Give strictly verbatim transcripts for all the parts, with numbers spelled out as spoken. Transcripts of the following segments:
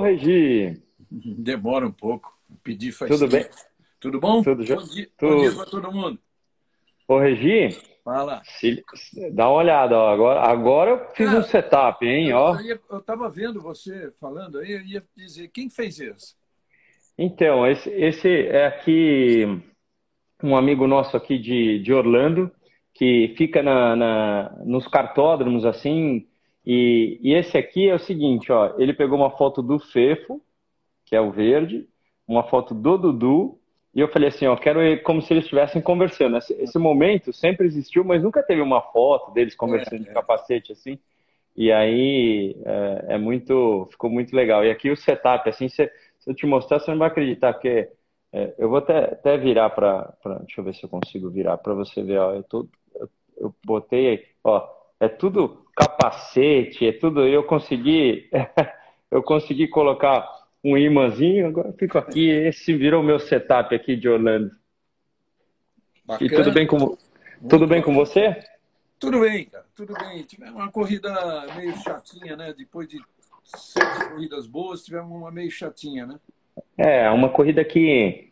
Regi. Demora um pouco. Pedi faz Tudo bem? tempo. Tudo bom? Tudo já? Bom dia, bom dia Tudo. para todo mundo. Ô, Regi, Fala. se- se- dá uma olhada, ó. Agora, agora eu fiz um Cara, setup, hein, eu, eu, ó. ia- eu tava vendo você falando aí, eu ia dizer, quem fez isso? Então, esse, esse é aqui um amigo nosso aqui de, de Orlando, que fica na, na- nos cartódromos, assim, e, e esse aqui é o seguinte, ó, ele pegou uma foto do Fefo, que é o verde, uma foto do Dudu, e eu falei assim, ó, quero ir como se eles estivessem conversando. Esse, esse momento sempre existiu, mas nunca teve uma foto deles conversando de É, capacete, assim, e aí é, é muito, ficou muito legal. E aqui o setup, assim, se, se eu te mostrar, você não vai acreditar, porque é, eu vou até, até virar para, deixa eu ver se eu consigo virar para você ver, ó, eu, tô, eu, eu botei, aí, ó, é tudo capacete, é tudo, eu consegui, eu consegui colocar um imãzinho, agora eu fico aqui, esse virou o meu setup aqui de Orlando. E tudo bacana, bem com, tudo muito bem com bacana. você? Tudo bem, cara, tudo bem. Tivemos uma corrida meio chatinha, né? Depois de sete corridas boas, tivemos uma meio chatinha, né? É, uma corrida que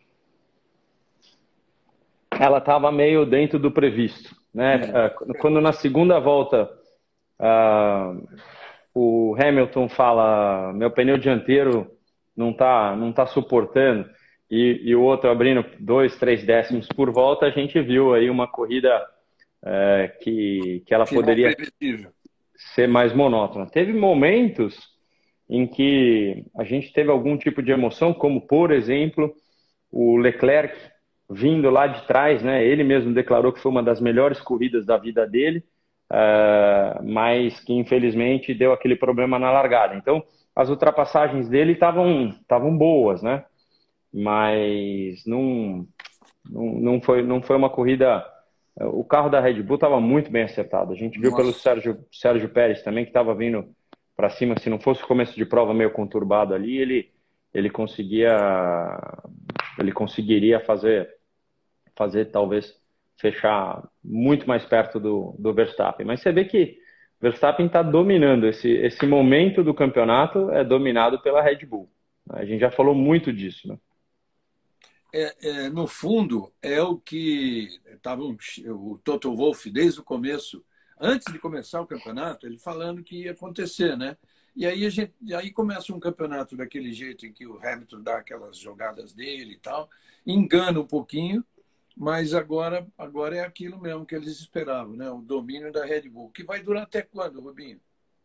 ela estava meio dentro do previsto, né? É, Ah, quando na segunda volta ah, o Hamilton fala meu pneu dianteiro não tá não tá suportando e, e o outro abrindo dois, três décimos por volta, a gente viu aí uma corrida é, que, que ela final poderia previsível. ser mais monótona. Teve momentos em que a gente teve algum tipo de emoção, como por exemplo o Leclerc vindo lá de trás, né? Ele mesmo declarou que foi uma das melhores corridas da vida dele, uh, mas que infelizmente deu aquele problema na largada. Então, as ultrapassagens dele estavam estavam boas, né? Mas não, não, não foi não foi uma corrida. O carro da Red Bull estava muito bem acertado. A gente viu pelo Nossa. Sérgio, Sérgio Pérez também, que estava vindo para cima. Se não fosse o começo de prova meio conturbado ali, ele, ele conseguia ele conseguiria fazer, fazer talvez fechar muito mais perto do, do Verstappen. Mas você vê que o Verstappen está dominando. Esse, esse momento do campeonato é dominado pela Red Bull. A gente já falou muito disso, né? É, é, no fundo, é o que estava o Toto Wolff desde o começo, antes de começar o campeonato, ele falando que ia acontecer, né? E aí, a gente, e aí começa um campeonato daquele jeito em que o Hamilton dá aquelas jogadas dele e tal, engana um pouquinho, mas agora, agora é aquilo mesmo que eles esperavam, né? O domínio da Red Bull, que vai durar até quando, Rubinho?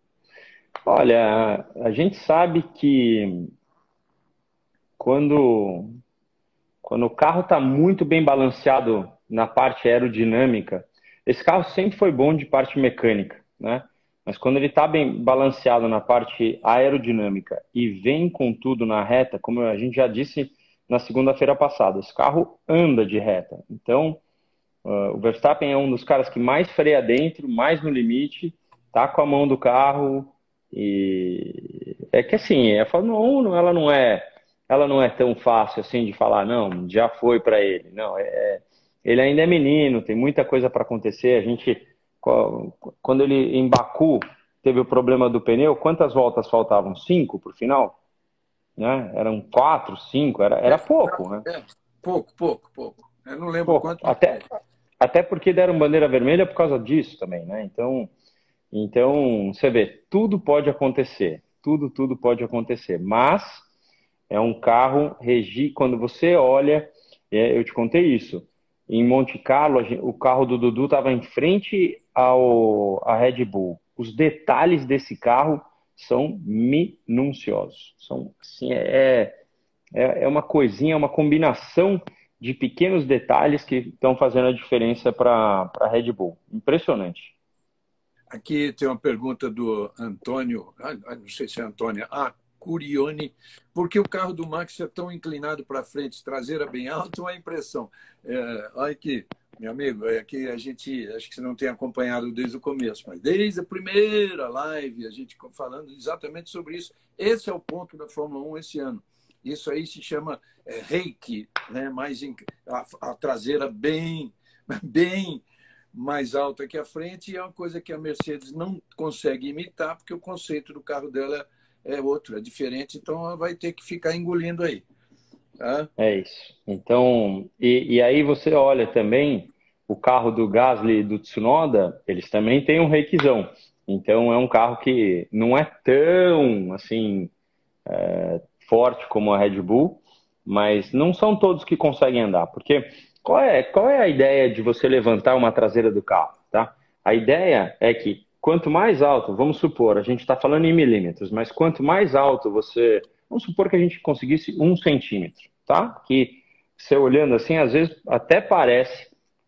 Olha, a gente sabe que quando, quando o carro está muito bem balanceado na parte aerodinâmica, esse carro sempre foi bom de parte mecânica, né? Mas quando ele está bem balanceado na parte aerodinâmica e vem com tudo na reta, como a gente já disse na segunda-feira passada, esse carro anda de reta. Então, uh, o Verstappen é um dos caras que mais freia dentro, mais no limite, tá com a mão do carro e é que assim, a Fórmula um, ela não é, ela não é tão fácil assim de falar, não, já foi para ele. Não, é, é, ele ainda é menino, tem muita coisa para acontecer. A gente, quando ele em Baku teve o problema do pneu, quantas voltas faltavam? Cinco para o final, né? Eram quatro, cinco, era, É, era pouco, né? é, pouco, pouco, pouco. Eu não lembro Pouco. quanto, mas Até, pouco. até porque deram bandeira vermelha por causa disso também, né? Então, então você vê, tudo pode acontecer, tudo, tudo pode acontecer. Mas é um carro regi. Quando você olha, é, eu te contei isso. Em Monte Carlo, a gente- o carro do Dudu estava em frente ao à Red Bull. Os detalhes desse carro são minuciosos. São, assim, é, é, é uma coisinha, uma combinação de pequenos detalhes que estão fazendo a diferença para a Red Bull. Impressionante. Aqui tem uma pergunta do Antônio, ah, não sei se é Antônio, ah, Curione, por que o carro do Max é tão inclinado para frente, traseira bem alta, uma impressão? É, olha aqui, meu amigo, é que a gente, acho que você não tem acompanhado desde o começo, mas desde a primeira live, a gente falando exatamente sobre isso. Esse é o ponto da Fórmula um esse ano. Isso aí se chama é, reiki, né? Mais a, a traseira bem, bem mais alta que a frente, e é uma coisa que a Mercedes não consegue imitar, porque o conceito do carro dela é outro, é diferente, então vai ter que ficar engolindo aí. Tá? É isso. Então, e, e aí você olha também o carro do Gasly e do Tsunoda, eles também têm um requisão. Então é um carro que não é tão assim forte como a Red Bull, mas não são todos que conseguem andar. Porque qual é, qual é a ideia de você levantar uma traseira do carro, tá? A ideia é que quanto mais alto, vamos supor, a gente está falando em milímetros, mas quanto mais alto você, vamos supor que a gente conseguisse um centímetro, tá? Que você olhando assim, às vezes até parece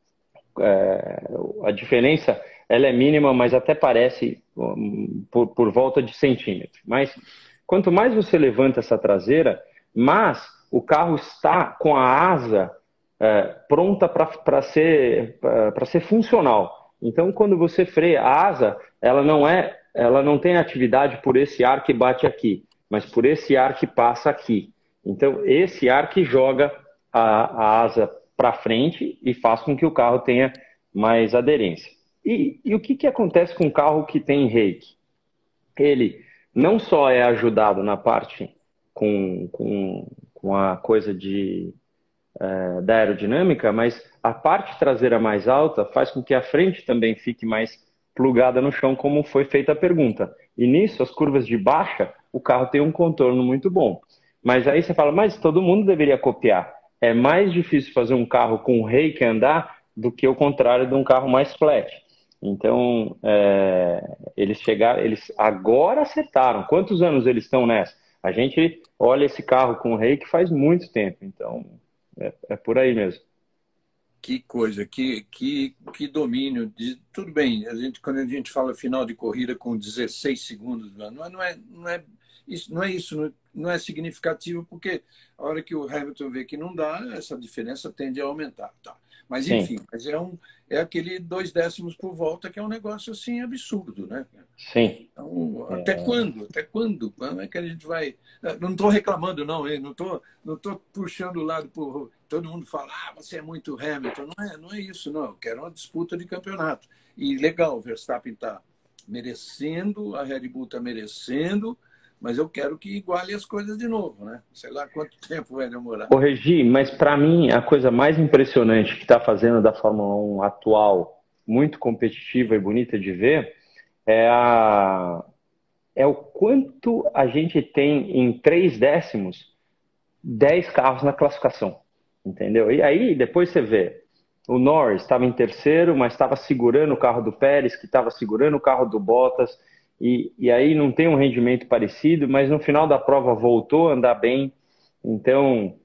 é, a diferença ela é mínima, mas até parece um, por, por volta de centímetro. Mas quanto mais você levanta essa traseira, mais o carro está com a asa é, pronta para ser, para ser funcional. Então, quando você freia a asa, ela não é, ela não tem atividade por esse ar que bate aqui, mas por esse ar que passa aqui. Então, esse ar que joga a, a asa para frente e faz com que o carro tenha mais aderência. E, e o que, que acontece com um carro que tem rake? Ele não só é ajudado na parte com, com, com a coisa de, é, da aerodinâmica, mas a parte traseira mais alta faz com que a frente também fique mais plugada no chão, como foi feita a pergunta. E nisso, as curvas de baixa, o carro tem um contorno muito bom. Mas aí você fala, mas todo mundo deveria copiar. É mais difícil fazer um carro com rake andar do que o contrário de um carro mais flat. Então, é, eles chegaram, eles agora acertaram. Quantos anos eles estão nessa? A gente olha esse carro com rake faz muito tempo. Então, é, é por aí mesmo. Que coisa, que, que, que domínio. De, tudo bem, a gente, quando a gente fala final de corrida com dezesseis segundos, não é, não é, não é isso, não é, isso não, não é significativo, porque a hora que o Hamilton vê que não dá, essa diferença tende a aumentar. Tá. Mas, Sim, enfim, mas é, um, é aquele dois décimos por volta que é um negócio assim absurdo, né? sim. Então, até É, quando? Até quando? Quando é que a gente vai. Não estou reclamando, não, hein? Não estou não tô puxando o lado por. Todo mundo fala, ah, você é muito Hamilton. Não é, não é isso, não. Eu quero uma disputa de campeonato. E legal, o Verstappen está merecendo, a Red Bull está merecendo, mas eu quero que iguale as coisas de novo, né? Sei lá quanto tempo vai demorar. corrigir, mas para mim a coisa mais impressionante que está fazendo da Fórmula um atual, muito competitiva e bonita de ver, é, a, é o quanto a gente tem em três décimos dez carros na classificação, entendeu? E aí depois você vê, o Norris estava em terceiro, mas estava segurando o carro do Pérez, que estava segurando o carro do Bottas, e, e aí não tem um rendimento parecido, mas no final da prova voltou a andar bem. Então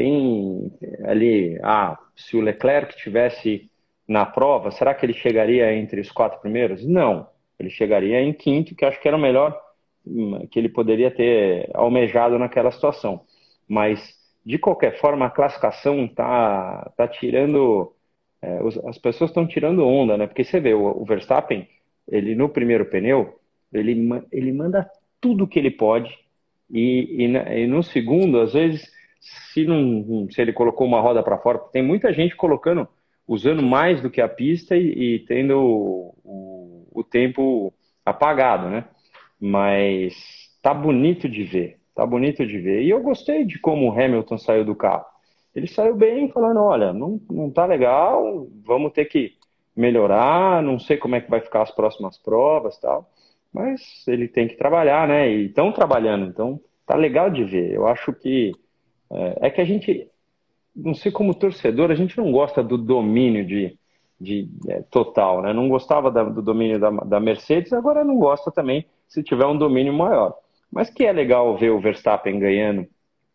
tem ali, ah, se o Leclerc tivesse na prova, será que ele chegaria entre os quatro primeiros? Não, ele chegaria em quinto, que acho que era o melhor que ele poderia ter almejado naquela situação. Mas, de qualquer forma, a classificação tá, tá tirando. É, os, as pessoas estão tirando onda, né? Porque você vê, o, o Verstappen, ele no primeiro pneu, ele, ele manda tudo que ele pode, e, e, e no segundo, às vezes, se, não, se ele colocou uma roda para fora, tem muita gente colocando, usando mais do que a pista e, e tendo o, o, o tempo apagado, né? Mas tá bonito de ver, tá bonito de ver. E eu gostei de como o Hamilton saiu do carro. Ele saiu bem falando, olha, não, não tá legal, vamos ter que melhorar, não sei como é que vai ficar as próximas provas e tal. Mas ele tem que trabalhar, né? E estão trabalhando, então tá legal de ver. Eu acho que é, é que a gente, não sei como torcedor, a gente não gosta do domínio de, de é, total, né? Não gostava da, do domínio da, da Mercedes, agora não gosta também se tiver um domínio maior. Mas que é legal ver o Verstappen ganhando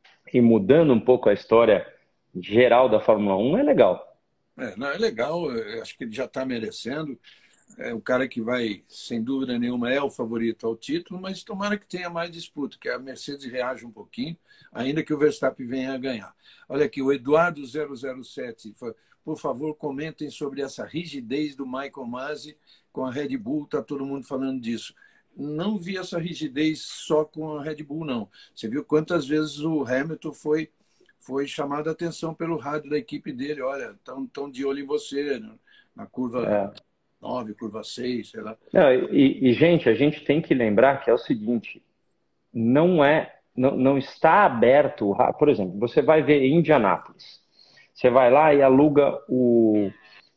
e mudando um pouco a história geral da Fórmula um, é legal. É, não, é legal, eu acho que ele já está merecendo. É um cara que vai, sem dúvida nenhuma, é o favorito ao título, mas tomara que tenha mais disputa, que a Mercedes reaja um pouquinho, ainda que o Verstappen venha a ganhar. Olha aqui, o Eduardo zero zero sete, por favor, comentem sobre essa rigidez do Michael Masi com a Red Bull, está todo mundo falando disso. Não vi essa rigidez só com a Red Bull, não. Você viu quantas vezes o Hamilton foi, foi chamado a atenção pelo rádio da equipe dele, olha, estão de olho em você, na curva É. nove, curva seis, sei lá. Não, e, e, gente, a gente tem que lembrar que é o seguinte: não é, não, não está aberto. Por exemplo, você vai ver em Indianápolis. Você vai lá e aluga o,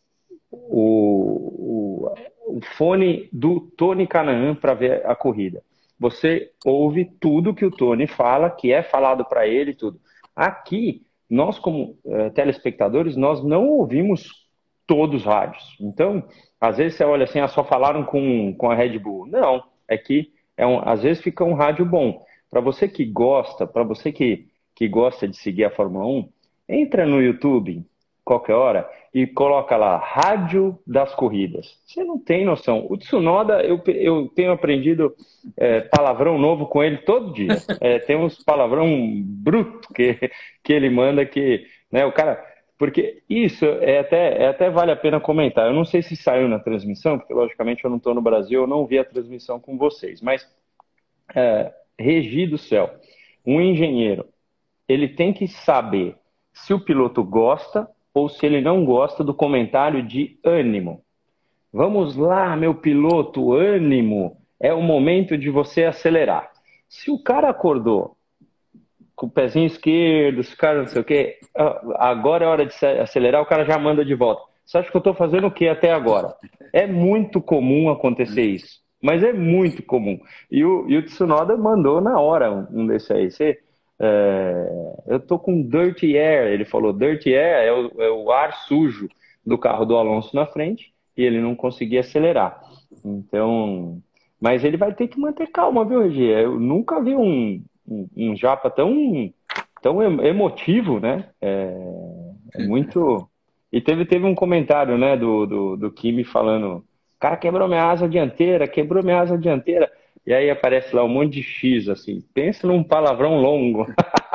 o, o, o fone do Tony Canaan para ver a corrida. Você ouve tudo que o Tony fala, que é falado para ele e tudo. Aqui, nós como uh, telespectadores, nós não ouvimos todos os rádios. Então, às vezes você olha assim, ah, só falaram com, com a Red Bull. Não, é que é um, às vezes fica um rádio bom. Para você que gosta, para você que, que gosta de seguir a Fórmula um, entra no YouTube, qualquer hora, e coloca lá, Rádio das Corridas. Você não tem noção. O Tsunoda, eu, eu tenho aprendido é, palavrão novo com ele todo dia. É, tem uns palavrão bruto que, que ele manda que, né, o cara... Porque isso é até, é até vale a pena comentar. Eu não sei se saiu na transmissão, porque logicamente eu não estou no Brasil, eu não vi a transmissão com vocês, mas é, Regi do céu, um engenheiro, ele tem que saber se o piloto gosta ou se ele não gosta do comentário de ânimo. Vamos lá, meu piloto, ânimo, é o momento de você acelerar. Se o cara acordou com o pezinho esquerdo, os caras não sei o quê, agora é hora de acelerar, o cara já manda de volta. Você acha que eu estou fazendo o quê até agora? É muito comum acontecer isso, mas é muito comum. E o, e o Tsunoda mandou na hora um desse aí. Você, é, eu tô com dirty air, ele falou, dirty air é o, é o ar sujo do carro do Alonso na frente e ele não conseguia acelerar. Então, mas ele vai ter que manter calma, viu, Regi? Eu nunca vi um Um, um japa tão, tão emotivo, né? É, é muito. E teve, teve um comentário, né, do, do, do Kimi falando: o cara quebrou minha asa dianteira, quebrou minha asa dianteira. E aí aparece lá um monte de X, assim. Pensa num palavrão longo.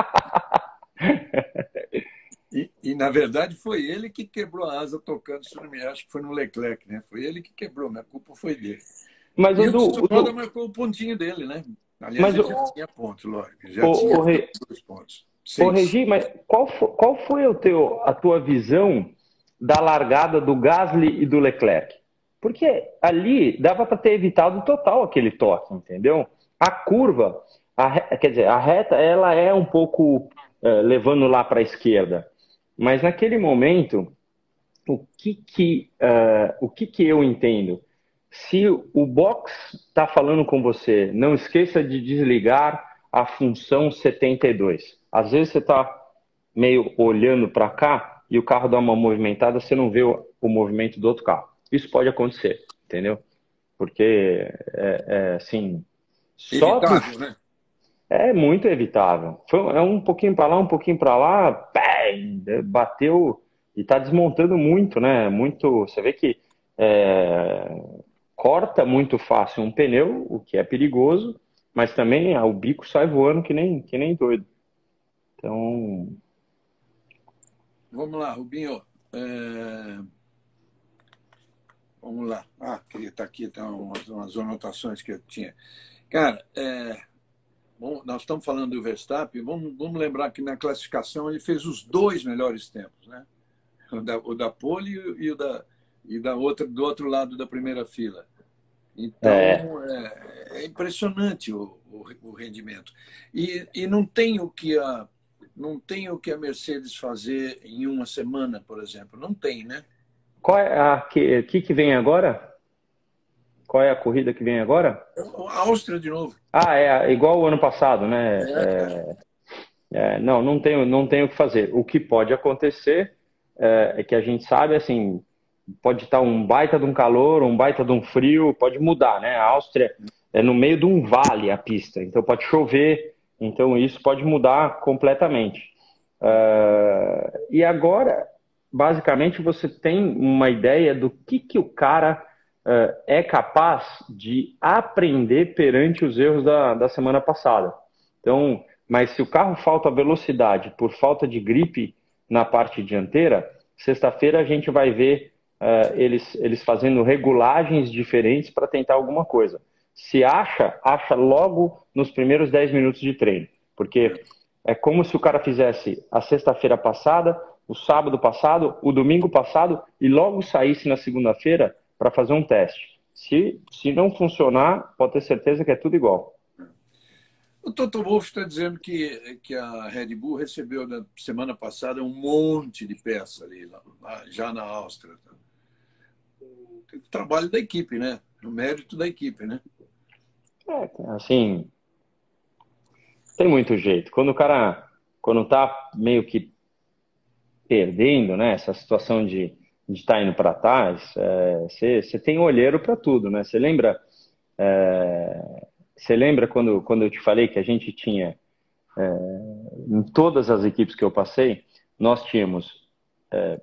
E, e, na verdade, foi ele que quebrou a asa tocando, se não me acho que foi no Leclerc, né? Foi ele que quebrou, mas a culpa foi dele. Mas e o o do, Tsunoda do... marcou o pontinho dele, né? Aliás, mas ele o... já tinha ponto, lógico. Já o, tinha o Re... dois pontos. Ô, Regi, mas qual foi, qual foi o teu, a tua visão da largada do Gasly e do Leclerc? Porque ali dava para ter evitado total aquele toque, entendeu? A curva, a, quer dizer, a reta, ela é um pouco é, levando lá para a esquerda. Mas naquele momento, o que que, uh, o que que eu entendo? Se o box está falando com você, não esqueça de desligar a função setenta e dois. Às vezes você está meio olhando para cá e o carro dá uma movimentada, você não vê o, o movimento do outro carro. Isso pode acontecer, entendeu? Porque, é, é assim... Só evitável, por... né? É muito evitável. Foi, é um pouquinho para lá, um pouquinho para lá, pá, bateu e está desmontando muito, né? Muito... Você vê que... É, corta muito fácil um pneu, o que é perigoso, mas também ah, o bico sai voando que nem, que nem doido. Então... Vamos lá, Rubinho. É... Vamos lá. Ah, queria estar aqui, tem umas, umas anotações que eu tinha. Cara, é... Bom, nós estamos falando do Verstappen, vamos, vamos lembrar que na classificação ele fez os dois melhores tempos, né? O da, o da pole e o da, e da outra, do outro lado da primeira fila. Então, é, é, é impressionante o, o, o rendimento. E, e não tem o que a, não tem o que a Mercedes fazer em uma semana, por exemplo. Não tem, né? Qual é a que, que, que vem agora? Qual é a corrida que vem agora? A Áustria de novo. Ah, é igual o ano passado, né? É, é, é, não, não tem, não tem o que fazer. O que pode acontecer é, é que a gente sabe, assim, pode estar um baita de um calor, um baita de um frio, pode mudar, né? A Áustria é no meio de um vale a pista, então pode chover, então isso pode mudar completamente. Uh, e agora, basicamente, você tem uma ideia do que, que o cara uh, é capaz de aprender perante os erros da, da semana passada. Então, mas se o carro falta velocidade por falta de gripe na parte dianteira, sexta-feira a gente vai ver Uh, eles, eles fazendo regulagens diferentes para tentar alguma coisa. Se acha, acha logo nos primeiros dez minutos de treino. Porque é como se o cara fizesse a sexta-feira passada, o sábado passado, o domingo passado e logo saísse na segunda-feira para fazer um teste. Se, se não funcionar, pode ter certeza que é tudo igual. O Toto Wolff está dizendo que, que a Red Bull recebeu na semana passada um monte de peça ali, lá, lá, já na Áustria. O trabalho da equipe, né? O mérito da equipe, né? É, assim, tem muito jeito. Quando o cara, quando tá meio que perdendo, né? Essa situação de de estar indo para trás, você é, tem olheiro para tudo, né? Você lembra, você é, lembra quando, quando eu te falei que a gente tinha, é, em todas as equipes que eu passei, nós tínhamos é,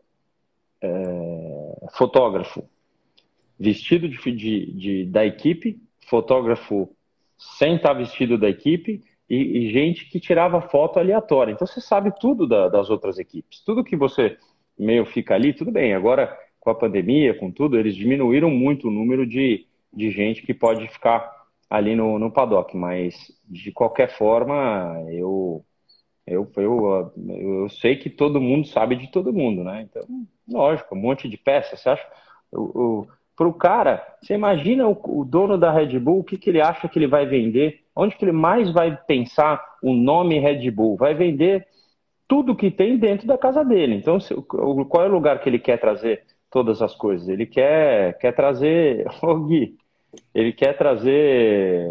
é, fotógrafo vestido de, de, de, da equipe, fotógrafo sem estar vestido da equipe e, e gente que tirava foto aleatória. Então você sabe tudo da, das outras equipes. Tudo que você meio fica ali, tudo bem. Agora, com a pandemia, com tudo, eles diminuíram muito o número de, de gente que pode ficar ali no, no paddock. Mas, de qualquer forma, eu, eu, eu, eu sei que todo mundo sabe de todo mundo, né? Então, lógico, um monte de peças. Você acha... O, para o cara, você imagina o, o dono da Red Bull, o que, que ele acha que ele vai vender? Onde que ele mais vai pensar o nome Red Bull? Vai vender tudo que tem dentro da casa dele. Então, se, qual é o lugar que ele quer trazer todas as coisas? Ele quer, quer trazer, oh, Gui, ele quer trazer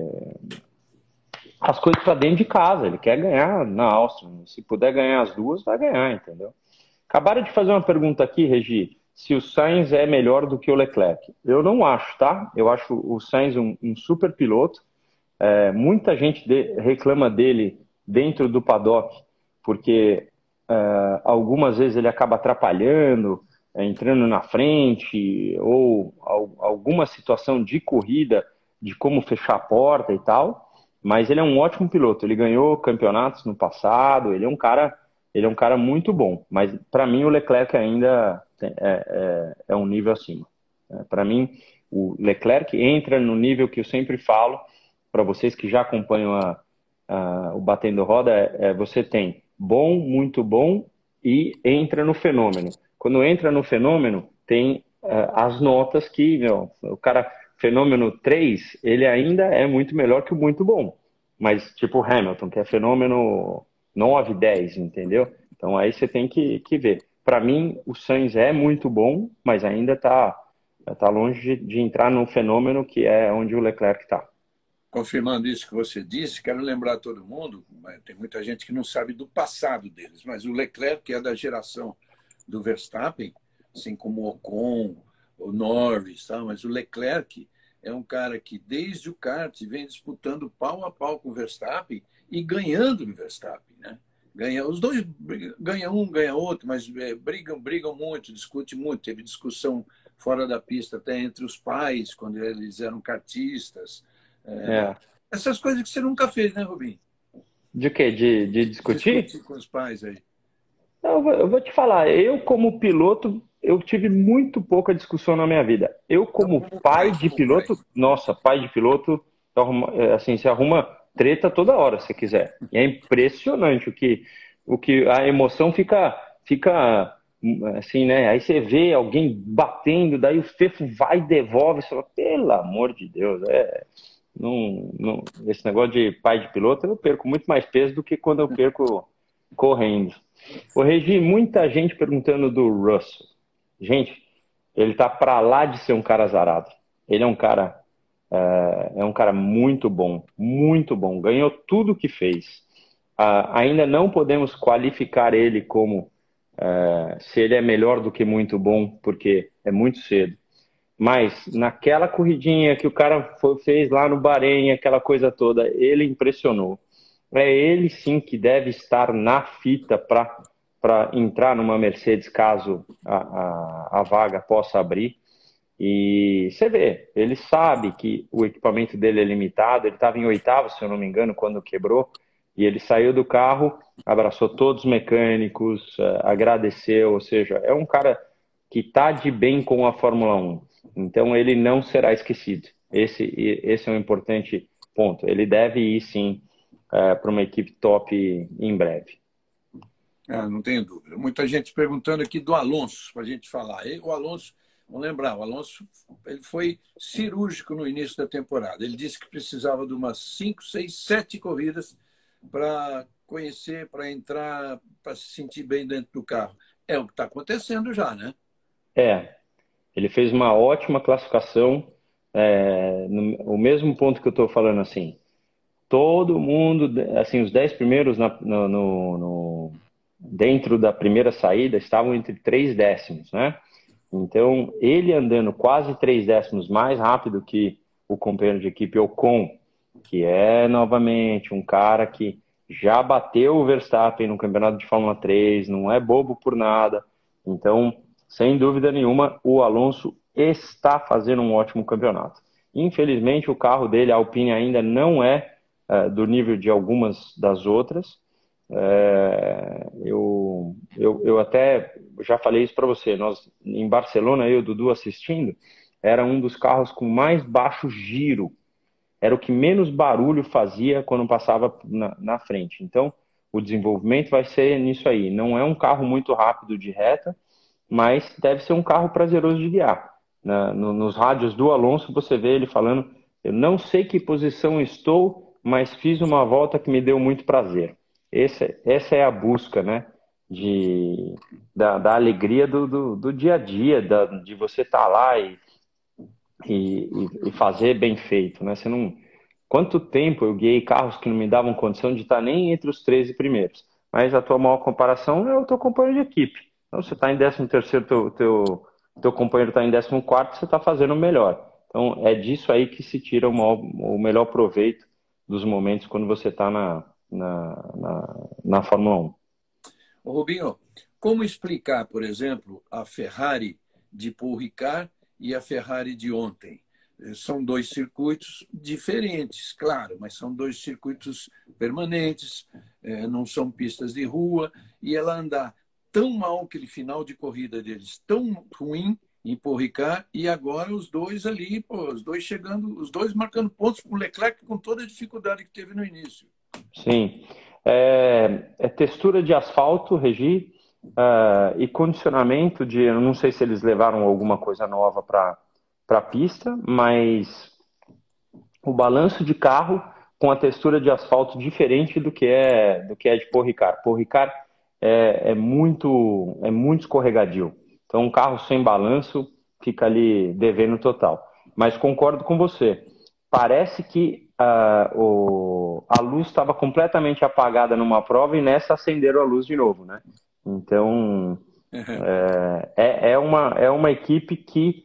as coisas para dentro de casa. Ele quer ganhar na Áustria. Se puder ganhar as duas, vai ganhar, entendeu? Acabaram de fazer uma pergunta aqui, Regi, se o Sainz é melhor do que o Leclerc. Eu não acho, tá? Eu acho o Sainz um, um super piloto. É, muita gente de, reclama dele dentro do paddock, porque é, algumas vezes ele acaba atrapalhando, é, entrando na frente, ou al, alguma situação de corrida, de como fechar a porta e tal. Mas ele é um ótimo piloto. Ele ganhou campeonatos no passado, ele é um cara... Ele é um cara muito bom, mas para mim o Leclerc ainda é, é, é um nível acima. Para mim, o Leclerc entra no nível que eu sempre falo, para vocês que já acompanham a, a, o Batendo Roda, é, é, você tem bom, muito bom e entra no fenômeno. Quando entra no fenômeno, tem é, as notas que, meu, o cara, fenômeno três, ele ainda é muito melhor que o muito bom. Mas tipo o Hamilton, que é fenômeno nove, dez, entendeu? Então aí você tem que, que ver. Para mim, o Sainz é muito bom, mas ainda está tá longe de, de entrar num fenômeno que é onde o Leclerc está. Confirmando isso que você disse, quero lembrar todo mundo, tem muita gente que não sabe do passado deles, mas o Leclerc, que é da geração do Verstappen, assim como o Ocon, o Norris, tá? Mas o Leclerc é um cara que desde o kart vem disputando pau a pau com o Verstappen e ganhando no Verstappen, né? Ganha, os dois ganha um, ganha outro, mas é, brigam, brigam muito, discutem muito. Teve discussão fora da pista até entre os pais, quando eles eram kartistas. É, É. essas coisas que você nunca fez, né, Rubinho? De quê? De, de discutir? Discutir com os pais aí. Eu vou, eu vou te falar, eu como piloto, eu tive muito pouca discussão na minha vida. Eu Não, como como pai pai, de como pai. piloto, nossa, pai de piloto, assim, você arruma treta toda hora, se quiser. E é impressionante o que, o que a emoção fica, fica assim, né? Aí você vê alguém batendo, daí o Fefo vai e devolve, você fala, pelo amor de Deus, é, não, não, esse negócio de pai de piloto, eu perco muito mais peso do que quando eu perco correndo. O Regi, muita gente perguntando do Russell. Gente, ele tá para lá de ser um cara azarado. Ele é um cara é, é um cara muito bom, muito bom. Ganhou tudo que fez. Ah, ainda não podemos qualificar ele como é, se ele é melhor do que muito bom, porque é muito cedo. Mas naquela corridinha que o cara foi, fez lá no Bahrein, aquela coisa toda, ele impressionou. É ele sim que deve estar na fita para para entrar numa Mercedes caso a, a, a vaga possa abrir. E você vê, ele sabe que o equipamento dele é limitado. Ele estava em oitavo, se eu não me engano, quando quebrou. E ele saiu do carro, abraçou todos os mecânicos, eh, agradeceu. Ou seja, é um cara que está de bem com a Fórmula um. Então ele não será esquecido. Esse, esse é um importante ponto. Ele deve ir sim uh, para uma equipe top em breve. Ah, não tenho dúvida. Muita gente perguntando aqui do Alonso, para a gente falar. O Alonso Vamos lembrar, o Alonso ele foi cirúrgico no início da temporada. Ele disse que precisava de umas cinco, seis, sete corridas para conhecer, para entrar, para se sentir bem dentro do carro. É o que está acontecendo já, né? É, ele fez uma ótima classificação, é, no, o mesmo ponto que eu estou falando assim. Todo mundo, assim, os dez primeiros na, no, no, no, dentro da primeira saída estavam entre três décimos, né? Então, ele andando quase três décimos mais rápido que o companheiro de equipe Ocon, que é, novamente, um cara que já bateu o Verstappen no campeonato de Fórmula três, não é bobo por nada. Então, sem dúvida nenhuma, o Alonso está fazendo um ótimo campeonato. Infelizmente, o carro dele, a Alpine, ainda não é, é do nível de algumas das outras. É, eu, eu, eu até já falei isso para você. Nós, em Barcelona, eu e o Dudu assistindo, era um dos carros com mais baixo giro. Era o que menos barulho fazia quando passava na, na frente. Então, o desenvolvimento vai ser nisso aí. Não é um carro muito rápido de reta, mas deve ser um carro prazeroso de guiar. Na, no, nos rádios do Alonso, você vê ele falando: eu não sei que posição estou, mas fiz uma volta que me deu muito prazer. Esse, essa é a busca, né, de, da, da alegria do, do, do dia a dia, da, de você estar lá e, e, e fazer bem feito, né? Você não... Quanto tempo eu guiei carros que não me davam condição de estar nem entre os treze primeiros, mas a tua maior comparação é o teu companheiro de equipe. Então, você está em décimo terceiro, teu, teu, teu companheiro está em décimo quarto, você está fazendo o melhor. Então, é disso aí que se tira o, maior, o melhor proveito dos momentos quando você está na, na, na, na Fórmula um. Ô, Rubinho, como explicar, por exemplo, a Ferrari de Paul Ricard e a Ferrari de ontem? São dois circuitos diferentes, claro, mas são dois circuitos permanentes, não são pistas de rua, e ela andar tão mal aquele final de corrida deles, tão ruim em Paul Ricard, e agora os dois ali, pô, os dois chegando, os dois marcando pontos com o Leclerc com toda a dificuldade que teve no início. Sim, é, é textura de asfalto, Regi, uh, e condicionamento de, eu não sei se eles levaram alguma coisa nova para para a pista, mas o balanço de carro com a textura de asfalto diferente do que é do que é de Paul Ricard. Paul Ricard é, é muito é muito escorregadio. Então um carro sem balanço fica ali devendo total. Mas concordo com você. Parece que uh, o, a luz estava completamente apagada numa prova e nessa acenderam a luz de novo, né? Então é, é, é uma é uma equipe que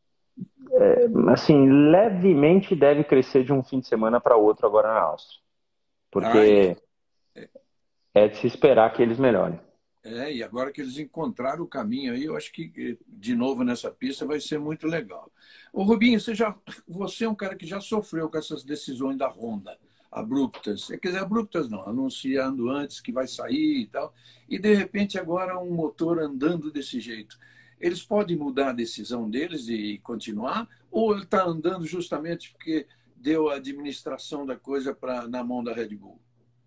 É, assim, levemente deve crescer de um fim de semana para outro agora na Áustria. Porque ah, é. é de se esperar que eles melhorem. É, e agora que eles encontraram o caminho aí, eu acho que de novo nessa pista vai ser muito legal. Ô Rubinho, você, já, você é um cara que já sofreu com essas decisões da Honda, abruptas. Quer dizer, abruptas não, anunciando antes que vai sair e tal. E de repente agora um motor andando desse jeito. Eles podem mudar a decisão deles e continuar? Ou ele está andando justamente porque deu a administração da coisa pra, na mão da Red Bull?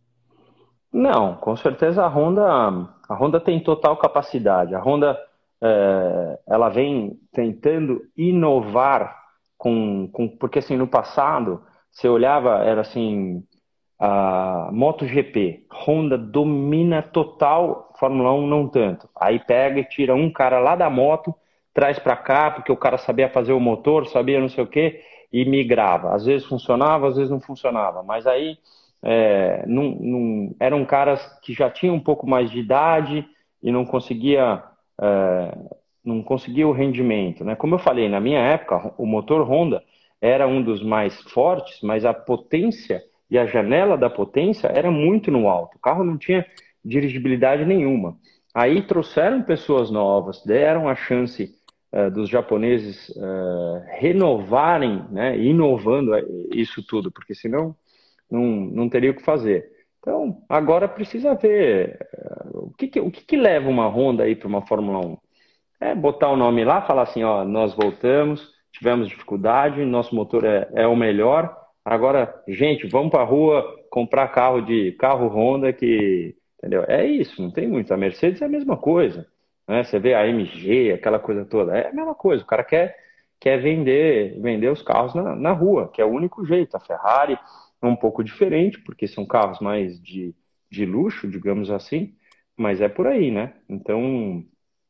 Não, com certeza a Honda, a Honda tem total capacidade. A Honda é, ela vem tentando inovar com, com, porque assim no passado você olhava, era assim, a MotoGP, Honda domina total, Fórmula um não tanto. Aí pega e tira um cara lá da moto, traz para cá, porque o cara sabia fazer o motor, sabia não sei o quê, e migrava. Às vezes funcionava, às vezes não funcionava. Mas aí é, não, não, eram caras que já tinham um pouco mais de idade e não conseguia, é, não conseguia o rendimento, né? Como eu falei, na minha época, o motor Honda era um dos mais fortes, mas a potência e a janela da potência era muito no alto. O carro não tinha dirigibilidade nenhuma. Aí trouxeram pessoas novas, deram a chance uh, dos japoneses uh, renovarem, né, inovando isso tudo, porque senão não, não teria o que fazer. Então, agora precisa ver uh, o, que, que, o que, que leva uma Honda aí para uma Fórmula um. É botar o nome lá, falar assim, ó, nós voltamos, tivemos dificuldade, nosso motor é, é o melhor. Agora, gente, vamos para a rua comprar carro de carro Honda que, entendeu? É isso, não tem muito. A Mercedes é a mesma coisa. né? Você vê a M G, aquela coisa toda. É a mesma coisa. O cara quer, quer vender, vender os carros na, na rua, que é o único jeito. A Ferrari é um pouco diferente, porque são carros mais de, de luxo, digamos assim, mas é por aí, né? Então,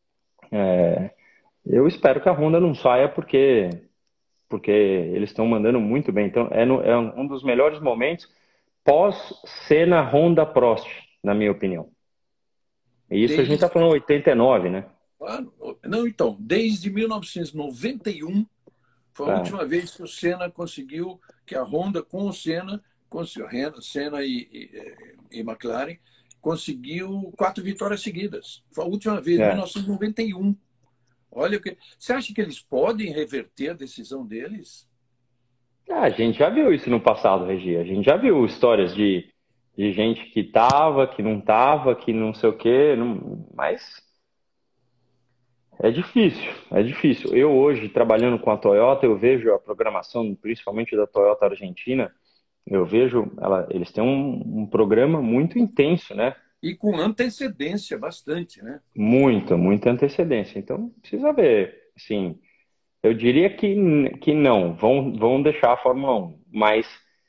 eu espero que a Honda não saia porque, porque eles estão mandando muito bem. Então, é, no- é um dos melhores momentos pós-cena Honda Prost, na minha opinião. E isso a gente está Desde, falando oitenta e nove, né? ah, não, então, desde mil novecentos e noventa e um foi a É, última vez que o Senna conseguiu, que a Honda com o Senna, conseguiu, Senna e, e, e McLaren, conseguiu quatro vitórias seguidas. Foi a última vez, em é. mil novecentos e noventa e um. Olha o que. Você acha que eles podem reverter a decisão deles? Ah, a gente já viu isso no passado, Regi. A gente já viu histórias de, de gente que tava, que não tava, que não sei o quê. Não... Mas é difícil, é difícil. Eu hoje, trabalhando com a Toyota, eu vejo a programação, principalmente da Toyota Argentina, eu vejo, ela, eles têm um, um programa muito intenso, né? E com antecedência, bastante, né? Muita, muita antecedência. Então, precisa ver, assim, eu diria que, que não, vão, vão deixar a Fórmula Um, mas,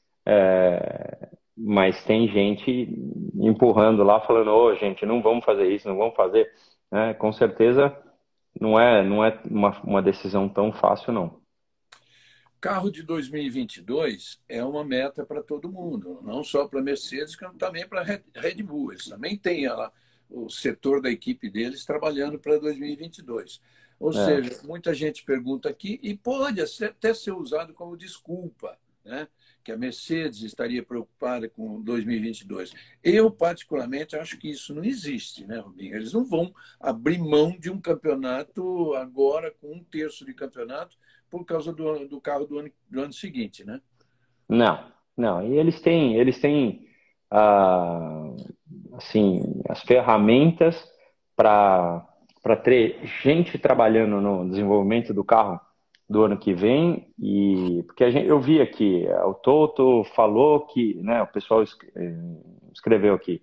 é, mas tem gente empurrando lá, falando, ô, gente, não vamos fazer isso, não vamos fazer, né? Com certeza não é, não é uma, uma decisão tão fácil, não. Carro de dois mil e vinte e dois é uma meta para todo mundo, não só para a Mercedes, como também para a Red Bull. Eles também têm ela, o setor da equipe deles trabalhando para dois mil e vinte e dois. Ou É, seja, muita gente pergunta aqui, e pode até ser usado como desculpa, né? Que a Mercedes estaria preocupada com dois mil e vinte e dois. Eu, particularmente, acho que isso não existe, né, Rubinho? Eles não vão abrir mão de um campeonato agora, com um terço de campeonato, por causa do, do carro do ano, do ano seguinte, né? não, não. E eles têm, eles têm, ah, assim, as ferramentas para para ter gente trabalhando no desenvolvimento do carro do ano que vem e porque a gente, eu vi aqui, o Toto falou que, né, o pessoal es- eh, escreveu aqui,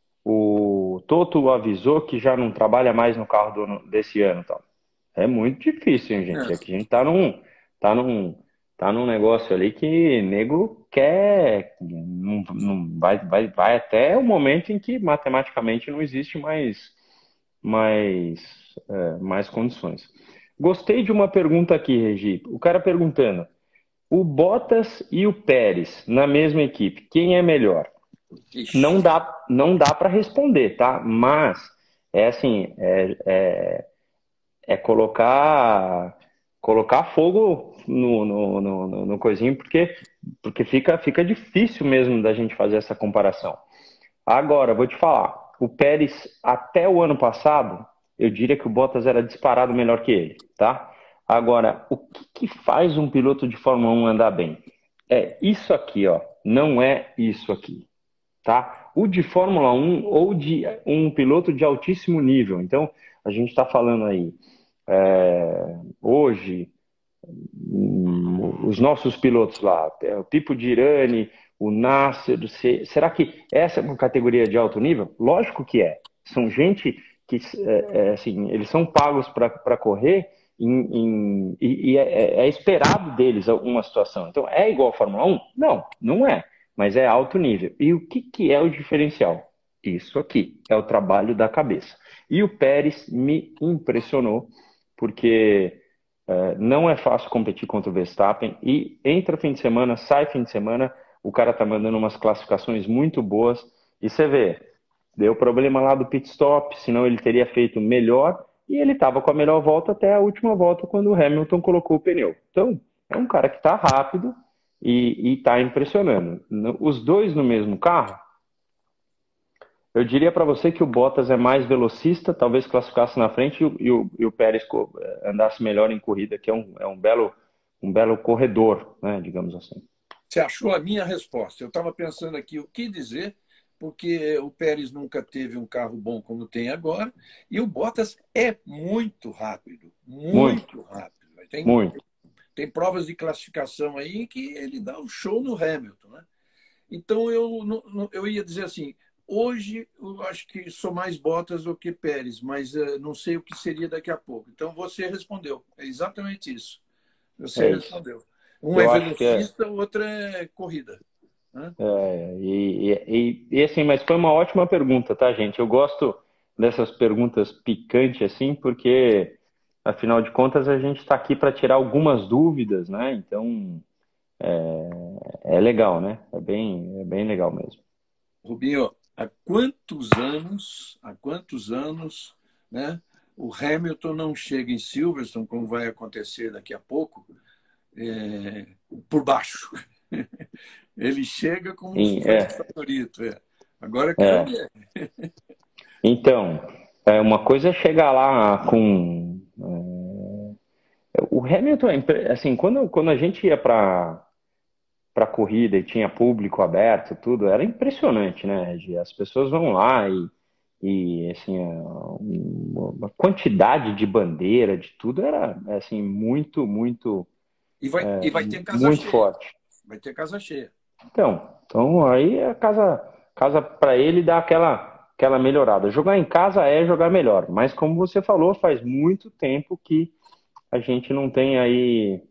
o Toto avisou que já não trabalha mais no carro do ano- desse ano, tal. É muito difícil, hein, gente? É É. que a gente tá num, tá num, tá num negócio ali que nego quer, não, não, vai, vai, vai até o momento em que matematicamente não existe mais, mais, é, mais condições. Gostei de uma pergunta aqui, Regi. O cara perguntando: o Bottas e o Pérez na mesma equipe, quem é melhor? Não Ixi. dá, não dá para responder, tá? Mas é assim, é, é é colocar colocar fogo no, no, no, no, no coisinho, porque, porque fica, fica difícil mesmo da gente fazer essa comparação. Agora, vou te falar, o Pérez, até o ano passado, eu diria que o Bottas era disparado melhor que ele, tá? Agora, o que, que faz um piloto de Fórmula um andar bem? É isso aqui, ó, não é isso aqui, tá? O de Fórmula um ou de um piloto de altíssimo nível. Então, a gente está falando aí é, hoje, hum, os nossos pilotos lá, é, o Pipo Dirani, o Nasser, se- será que essa é uma categoria de alto nível? Lógico que é. São gente que, é, é, assim, eles são pagos para correr em- em- e, e é, é esperado deles alguma situação. Então, é igual a Fórmula um? Não, não é. Mas é alto nível. E o que, que é o diferencial? Isso aqui, é o trabalho da cabeça. E o Pérez me impressionou porque é, não é fácil competir contra o Verstappen e entra fim de semana, sai fim de semana, o cara tá mandando umas classificações muito boas e você vê, deu problema lá do pit stop, senão ele teria feito melhor e ele estava com a melhor volta até a última volta quando o Hamilton colocou o pneu. Então, é um cara que está rápido e está impressionando. Os dois no mesmo carro, eu diria para você que o Bottas é mais velocista, talvez classificasse na frente e o, e o, e o Pérez andasse melhor em corrida, que é um, é um belo, um belo corredor, né, digamos assim. Você achou a minha resposta? Eu estava pensando aqui o que dizer, porque o Pérez nunca teve um carro bom como tem agora, e o Bottas é muito rápido, Muito, muito rápido. Tem, muito. tem provas de classificação aí que ele dá um show no Hamilton, né? Então eu, eu ia dizer assim, Hoje, eu acho que sou mais Bottas do que Pérez, mas uh, não sei o que seria daqui a pouco. Então, você respondeu. É exatamente isso. Você É isso. respondeu. Um é Eu acho que é. velocista, o outro é corrida. Né? É, e, e, e, assim, mas foi uma ótima pergunta, tá, gente? Eu gosto dessas perguntas picantes, assim, porque, afinal de contas, a gente está aqui para tirar algumas dúvidas, né? Então, é legal, né? É bem, é bem legal mesmo. Rubinho, há quantos anos, há quantos anos, né, o Hamilton não chega em Silverstone, como vai acontecer daqui a pouco, é, por baixo. Ele chega como E, franco é, favorito. É. Agora eu quero é. ver. Então, é, uma coisa é chegar lá com. é, o Hamilton, é impre- assim, quando, quando a gente ia para para corrida e tinha público aberto, tudo, era impressionante, né, Regi? As pessoas vão lá e, e assim, a, uma quantidade de bandeira, de tudo, era assim, muito, muito, E vai, e vai ter casa muito cheia. forte. Vai ter casa cheia. Então, então aí a casa, casa para ele dá aquela, aquela melhorada. Jogar em casa é jogar melhor, mas como você falou, faz muito tempo que a gente não tem aí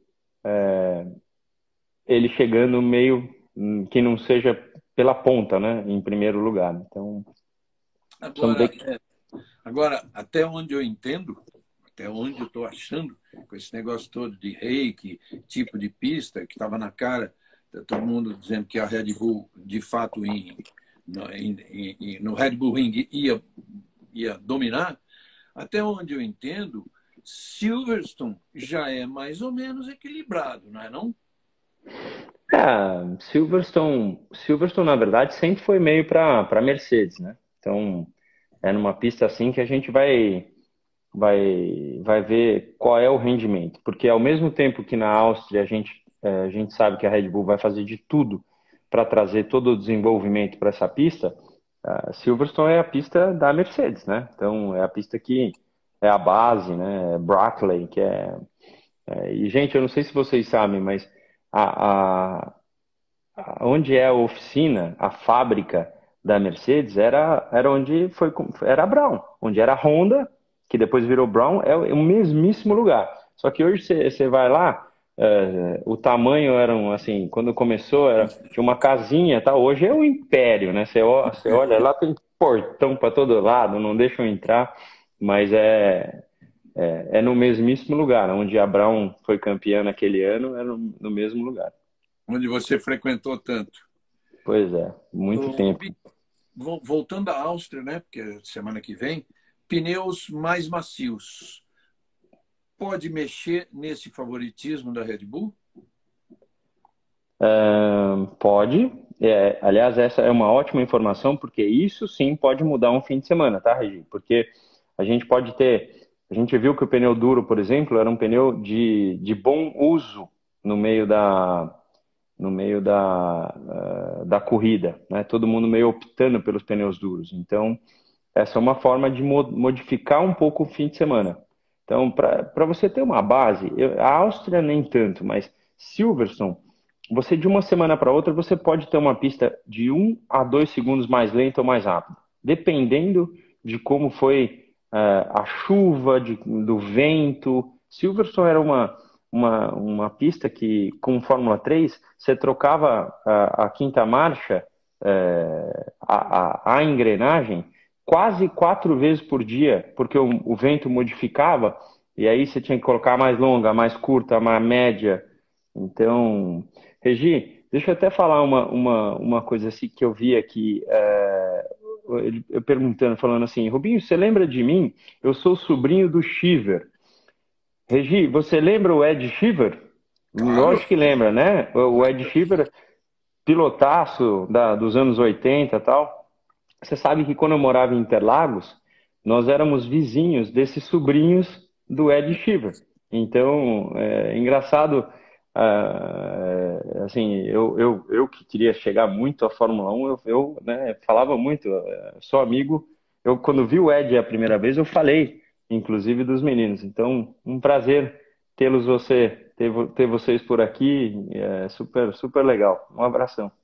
ele chegando meio hum, que não seja pela ponta, né? Em primeiro lugar. Então, precisamos ver Agora, que. é, agora, até onde eu entendo, até onde eu estou achando, com esse negócio todo de reiki, tipo de pista, que estava na cara, tá todo mundo dizendo que a Red Bull, de fato, em, no, em, em, no Red Bull Ring ia, ia dominar, até onde eu entendo, Silverstone já é mais ou menos equilibrado, não é não? É, Silverstone, Silverstone, na verdade, sempre foi meio para para Mercedes, né? Então, é numa pista assim que a gente vai vai, vai ver qual é o rendimento. Porque ao mesmo tempo que na Áustria a gente, eh, a gente sabe que a Red Bull vai fazer de tudo para trazer todo o desenvolvimento para essa pista, a Silverstone é a pista da Mercedes, né? Então é a pista que é a base, né? Brackley, que é, é... E, gente, eu não sei se vocês sabem, mas a, a, a- onde é a oficina, a fábrica da Mercedes, era, era onde foi, era a Brown, onde era a Honda, que depois virou Brown, é o mesmíssimo lugar. Só que hoje você, você vai lá, é, o tamanho era um, assim, quando começou era, tinha uma casinha, tá? Hoje é um império, né? Você, ó- você olha lá, tem portão para todo lado, não deixam entrar, mas é, é, é no mesmíssimo lugar, onde a Brown foi campeã naquele ano, era no, no mesmo lugar. Onde você frequentou tanto. Pois é, muito O tempo. Rubinho, voltando à Áustria, né? Porque semana que vem, pneus mais macios. Pode mexer nesse favoritismo da Red Bull? Ahn, pode. É, aliás, essa é uma ótima informação, porque isso sim pode mudar um fim de semana, tá, Regi? Porque a gente pode ter. A gente viu que o pneu duro, por exemplo, era um pneu de, de bom uso no meio da, no meio da, ah, da corrida, né? Todo mundo meio optando pelos pneus duros. Então, essa é uma forma de mo- modificar um pouco o fim de semana. Então, para você ter uma base, eu- a Áustria nem tanto, mas Silverstone, você de uma semana para outra, você pode ter uma pista de um a dois segundos mais lenta ou mais rápida, dependendo de como foi eh, a chuva, de- do vento. Silverstone era uma, uma, uma pista que, com Fórmula três, você trocava a, a quinta marcha, eh, a, a, a engrenagem quase quatro vezes por dia, porque o, o vento modificava, e aí você tinha que colocar mais longa, mais curta, mais média. Então, Regi, deixa eu até falar uma, uma, uma coisa assim que eu vi aqui, é, ele- eu perguntando, falando assim, Rubinho, você lembra de mim? Eu sou sobrinho do Shiver. Regi, você lembra o Ed Shiver? Claro. Lógico que lembra, né? O Ed Shiver, pilotaço da, dos anos oitenta e tal. Você sabe que quando eu morava em Interlagos, nós éramos vizinhos desses sobrinhos do Ed Sheeran. Então, é engraçado, ah, assim, eu, eu, eu que queria chegar muito à Fórmula Um, eu, eu, né, falava muito, eh, sou amigo, eu quando vi o Ed a primeira vez, eu falei, inclusive dos meninos. Então, um prazer tê-los você, ter, vo- ter vocês por aqui, é super, super legal. Um abração.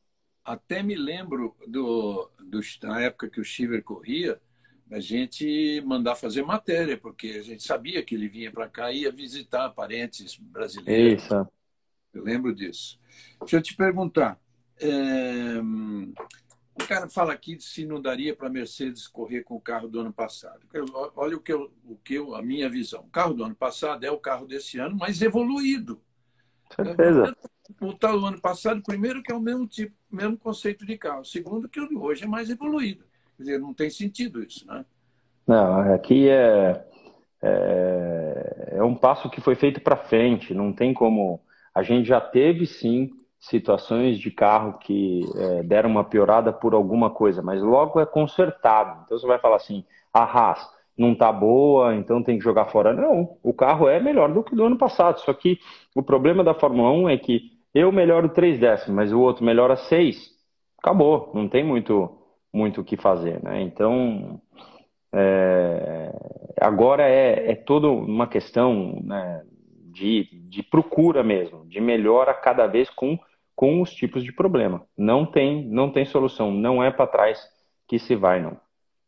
até me lembro do, do, na época que o Chiver corria, a gente mandar fazer matéria, porque a gente sabia que ele vinha para cá e ia visitar parentes brasileiros. Isso. Eu lembro disso. Deixa eu te perguntar. É... O cara fala aqui se não daria para a Mercedes correr com o carro do ano passado. Olha o que, eu, o que eu, a minha visão. O carro do ano passado é o carro desse ano, mas evoluído. Certeza. O tal do ano passado, primeiro, que é o mesmo tipo, mesmo conceito de carro. Segundo, que o de hoje é mais evoluído. Quer dizer, não tem sentido isso, né? Não, aqui é, é, é um passo que foi feito para frente. Não tem como. A gente já teve, sim, situações de carro que é, deram uma piorada por alguma coisa, mas logo é consertado. Então você vai falar assim, a Haas não tá boa, então tem que jogar fora. Não, o carro é melhor do que o do ano passado. Só que o problema da Fórmula um é que eu melhoro três décimos, mas o outro melhora seis. Acabou, não tem muito muito o que fazer, né? Então, é, agora é, é toda uma questão, né, de, de procura mesmo, de melhora cada vez com, com os tipos de problema. Não tem, não tem solução, não é para trás que se vai, não.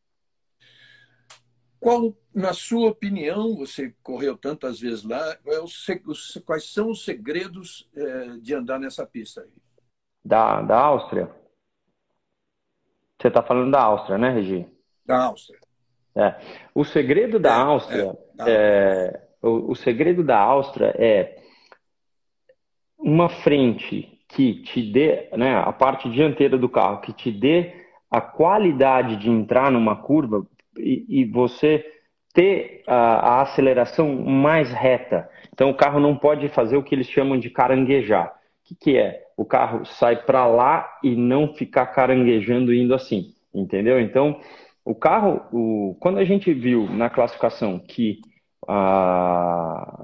Qual, na sua opinião, você correu tantas vezes lá, é os, os, quais são os segredos é, de andar nessa pista aí? Da, da Áustria? Você está falando da Áustria, né, Regi? Da Áustria. É. O segredo da É, é, Áustria, da Áustria. é, o, o segredo da Áustria é uma frente que te dê, né, a parte dianteira do carro, que te dê a qualidade de entrar numa curva e, e você ter a, a aceleração mais reta. Então o carro não pode fazer o que eles chamam de caranguejar. O que, que é? O carro sai para lá e não ficar caranguejando indo assim, entendeu? Então o carro, o, quando a gente viu na classificação que a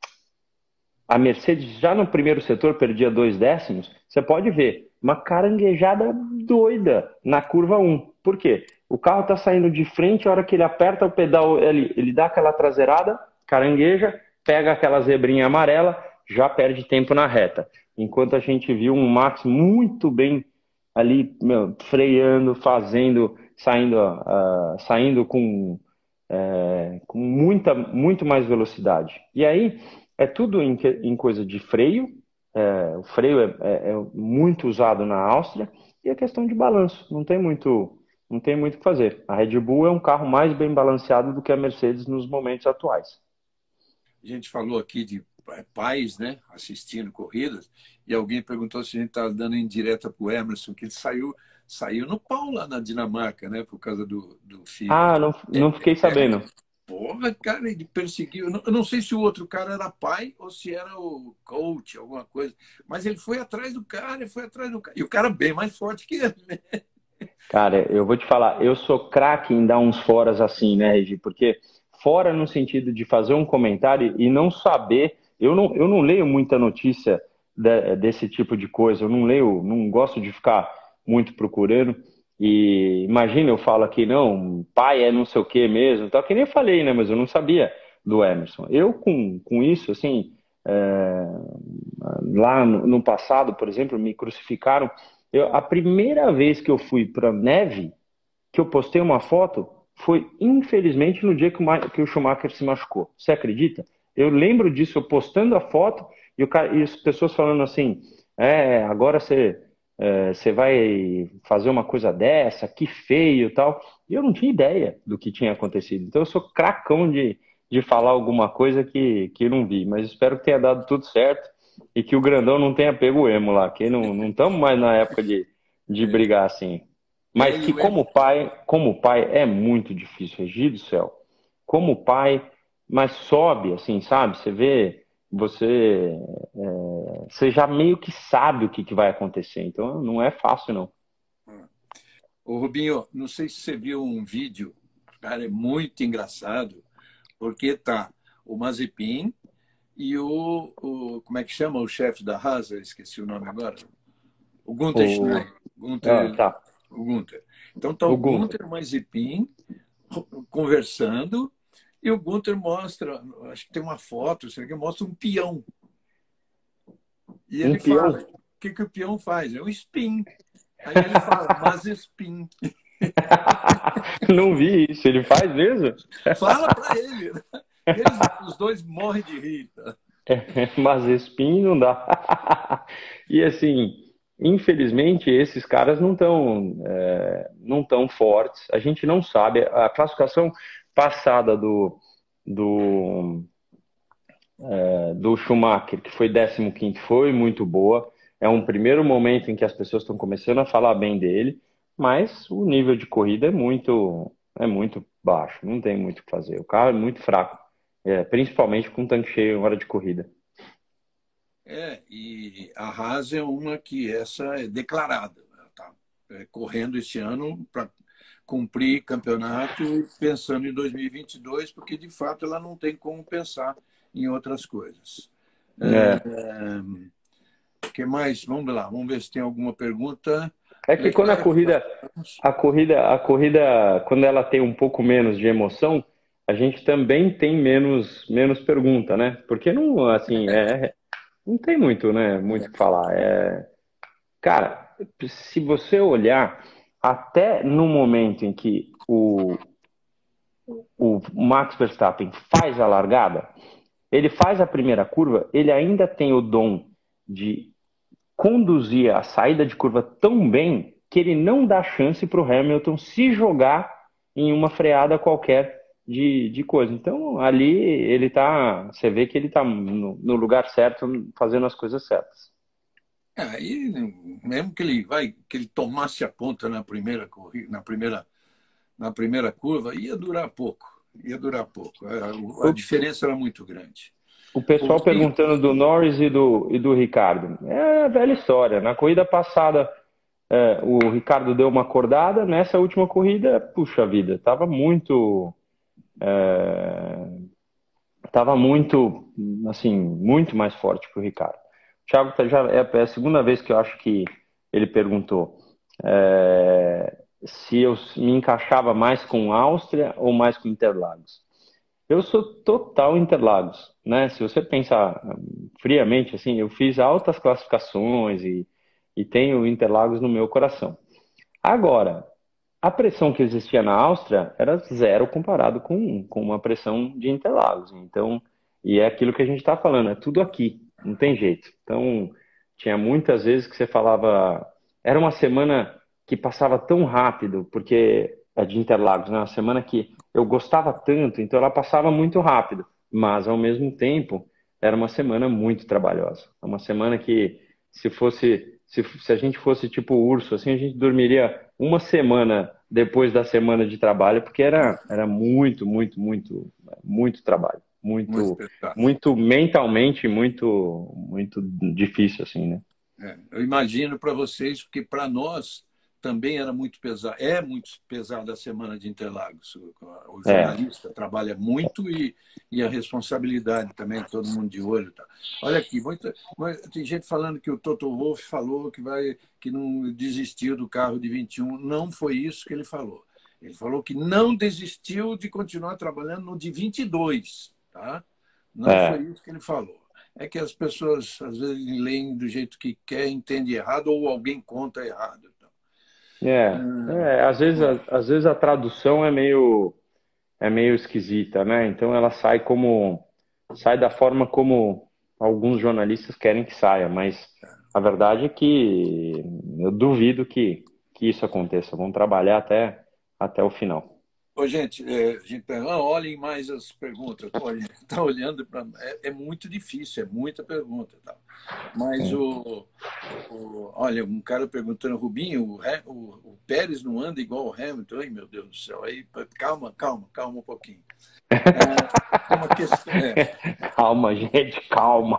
a Mercedes já no primeiro setor perdia dois décimos, você pode ver uma caranguejada doida na curva um. Por quê? O carro está saindo de frente, a hora que ele aperta o pedal, ele, ele dá aquela traseirada, carangueja, pega aquela zebrinha amarela, já perde tempo na reta. Enquanto a gente viu um Max muito bem ali, meu, freando, fazendo, saindo, uh, saindo com, uh, com muita, muito mais velocidade. E aí, é tudo em, em coisa de freio, é, o freio é, é, é muito usado na Áustria, e a questão de balanço, não tem muito, não tem muito o que fazer. A Red Bull é um carro mais bem balanceado do que a Mercedes nos momentos atuais. A gente falou aqui de pais, né, assistindo corridas, e alguém perguntou se a gente estava dando indireta para o Emerson, que ele saiu, saiu no pau lá na Dinamarca, né, por causa do, do filho. Ah, não, É, não fiquei sabendo. Porra, cara, ele perseguiu. Eu não sei se o outro cara era pai ou se era o coach, alguma coisa. Mas ele foi atrás do cara, ele foi atrás do cara. E o cara bem mais forte que ele, né? Cara, eu vou te falar, eu sou craque em dar uns foras assim, né, Regi? Porque fora no sentido de fazer um comentário e não saber. Eu não, eu não leio muita notícia de, desse tipo de coisa, eu não leio, não gosto de ficar muito procurando. E imagina, eu falo aqui, não, pai é não sei o que mesmo, tal, que nem eu falei, né? Mas eu não sabia do Emerson. Eu, com, com isso, assim, é, lá no, no passado, por exemplo, me crucificaram. Eu, a primeira vez que eu fui para neve, que eu postei uma foto, foi infelizmente no dia que o, que o Schumacher se machucou. Você acredita? Eu lembro disso, eu postando a foto e, o cara, e as pessoas falando assim: é, agora você, é, você vai fazer uma coisa dessa, que feio e tal. E eu não tinha ideia do que tinha acontecido. Então eu sou cracão de, de falar alguma coisa que, que eu não vi, mas espero que tenha dado tudo certo e que o grandão não tenha pego o emo lá, que não estamos mais na época de, de brigar assim. Mas É, e que o Emerson, como pai, como pai é muito difícil, Regi do céu. Como pai, mas sobe, assim, sabe? Você vê, você, é, você já meio que sabe o que, que vai acontecer. Então não é fácil, não. ô Rubinho, não sei se você viu um vídeo, cara, é muito engraçado, porque tá o Mazepin e o, o como é que chama o chefe da Haas? Eu esqueci o nome agora. O Gunther O, Schneider. ah, Gunther, tá. o Gunther. Então está o O Gunther. Gunther, o Mazepin conversando e o Gunther mostra, acho que tem uma foto, sei que mostra um peão. E Um ele peão. fala, o que, que o peão faz? É um spin. Aí ele fala, Mazepin. Não vi isso, ele faz mesmo? Fala para ele. Né? Eles, os dois morrem de rir. Tá? Mas espinho não dá. E assim, infelizmente, esses caras não estão é, não tão fortes. A gente não sabe. A classificação passada do, do, é, do Schumacher, que foi décimo quinto, foi muito boa. É um primeiro momento em que as pessoas estão começando a falar bem dele, mas o nível de corrida é muito, é muito baixo. Não tem muito o que fazer. O carro é muito fraco, é, principalmente com tanque cheio em hora de corrida. É, e a Haas é uma que essa é declarada. Ela está correndo esse ano para cumprir campeonato pensando em dois mil e vinte e dois, porque de fato ela não tem como pensar em outras coisas. É. O que mais? Vamos lá, vamos ver se tem alguma pergunta. É que quando a corrida, a corrida, a corrida, quando ela tem um pouco menos de emoção, a gente também tem menos, menos pergunta, né? Porque não, assim, é, não tem muito, né, muito o que falar. É, cara, se você olhar, até no momento em que o, o Max Verstappen faz a largada, ele faz a primeira curva, ele ainda tem o dom de conduzir a saída de curva tão bem que ele não dá chance para o Hamilton se jogar em uma freada qualquer de, de coisa. Então, ali ele tá. Você vê que ele está no, no lugar certo, fazendo as coisas certas. Aí, mesmo que ele vai, que ele tomasse a ponta na primeira corrida, na primeira, na primeira curva, ia durar pouco. Ia durar pouco. A, a diferença era muito grande. O pessoal perguntando do Norris e do, e do Ricardo. É a velha história. Na corrida passada, é, o Ricardo deu uma acordada. Nessa última corrida, puxa vida, estava muito. Estava é, muito, assim, muito mais forte que o Ricardo. O Thiago tá, já é, é a segunda vez que eu acho que ele perguntou é, se eu me encaixava mais com Áustria ou mais com Interlagos. Eu sou total Interlagos, né? Se você pensar friamente, assim, eu fiz altas classificações e, e tenho Interlagos no meu coração. Agora, a pressão que existia na Áustria era zero comparado com, com uma pressão de Interlagos. Então, e é aquilo que a gente está falando, é tudo aqui, não tem jeito. Então, tinha muitas vezes que você falava, era uma semana que passava tão rápido, porque é de Interlagos, né? Uma semana que eu gostava tanto, então ela passava muito rápido, mas ao mesmo tempo era uma semana muito trabalhosa. Uma semana que se fosse, se, se a gente fosse tipo urso, assim, a gente dormiria uma semana depois da semana de trabalho, porque era, era muito, muito, muito, muito trabalho, muito, muito, muito mentalmente, muito, muito difícil, assim, né? É, eu imagino para vocês, porque para nós também era muito pesado, é muito pesado a semana de Interlagos. O jornalista é. trabalha muito e, e a responsabilidade também, todo mundo de olho. Tá. Olha aqui, muita, tem gente falando que o Toto Wolff falou que, vai, que não desistiu do carro de vinte e um. Não foi isso que ele falou. Ele falou que não desistiu de continuar trabalhando no de vinte e dois. Tá? Não é. foi isso que ele falou. É que as pessoas, às vezes, leem do jeito que quer, entendem errado ou alguém conta errado. É, é às, vezes, às vezes a tradução é meio, é meio esquisita, né? Então ela sai como sai da forma como alguns jornalistas querem que saia, mas a verdade é que eu duvido que, que isso aconteça. Vão trabalhar até, até o final. Ô, gente, é, gente, ah, olhem mais as perguntas. Está olhando para. É, é muito difícil, é muita pergunta. Tá? Mas o, o. Olha, um cara perguntando, Rubinho, o, o, o Pérez não anda igual o Hamilton? Ai, meu Deus do céu. Aí, calma, calma, calma um pouquinho. É, uma questão, é. Calma, gente, calma.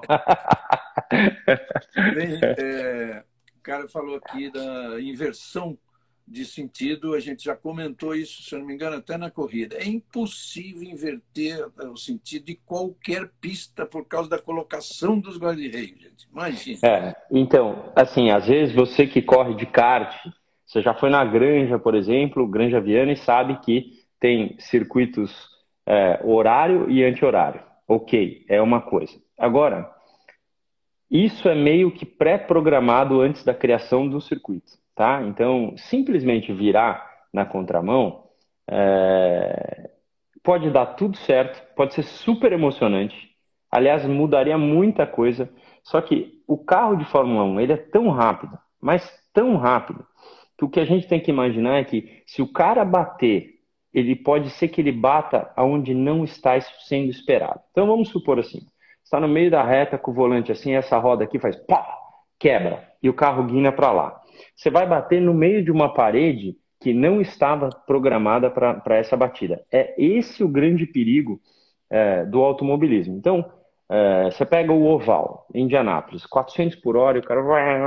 Bem, é, o cara falou aqui da inversão de sentido, a gente já comentou isso, se eu não me engano, até na corrida. É impossível inverter o sentido de qualquer pista por causa da colocação dos guarda-reios, gente. Imagina. É, então, assim, às vezes você que corre de kart, você já foi na Granja, por exemplo, Granja Viana, e sabe que tem circuitos é, horário e anti-horário. Ok, é uma coisa. Agora, isso é meio que pré-programado antes da criação do circuito. tá? Então, simplesmente virar na contramão é, pode dar tudo certo, pode ser super emocionante. Aliás, mudaria muita coisa. Só que o carro de Fórmula Um, ele é tão rápido, mas tão rápido, que o que a gente tem que imaginar é que se o cara bater, ele pode ser que ele bata aonde não está sendo esperado. Então vamos supor assim, está no meio da reta com o volante assim, essa roda aqui faz pá, quebra e o carro guina para lá. Você vai bater no meio de uma parede que não estava programada para essa batida. É esse o grande perigo é, do automobilismo. Então, é, você pega o oval, Indianápolis, quatrocentos por hora, e o cara...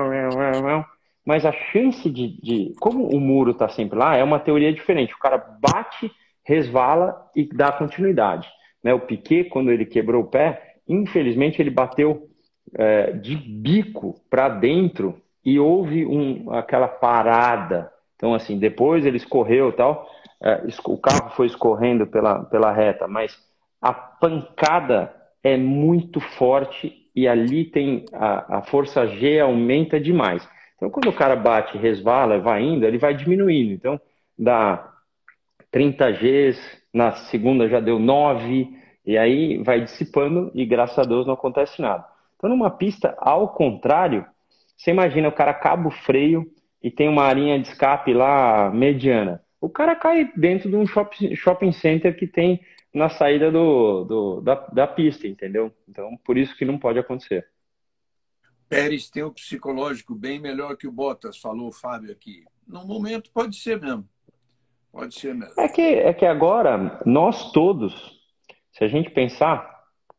Mas a chance de, de... Como o muro está sempre lá, é uma teoria diferente. O cara bate, resvala e dá continuidade. Né? O Piquet, quando ele quebrou o pé, infelizmente ele bateu é, de bico para dentro e houve um, aquela parada. Então, assim, depois ele escorreu e tal, é, o carro foi escorrendo pela, pela reta, mas a pancada é muito forte e ali tem a, a força G aumenta demais. Então, quando o cara bate, resvala, vai indo, ele vai diminuindo. Então, dá trinta Gs, na segunda já deu nove, e aí vai dissipando e graças a Deus não acontece nada. Então, numa pista ao contrário, você imagina o cara acaba o freio e tem uma arinha de escape lá mediana. O cara cai dentro de um shopping, shopping center que tem na saída do, do da, da pista, entendeu? Então, por isso que não pode acontecer. Pérez tem um psicológico bem melhor que o Bottas, falou o Fábio aqui. No momento pode ser mesmo. Pode ser mesmo. É que, é que agora, nós todos, se a gente pensar,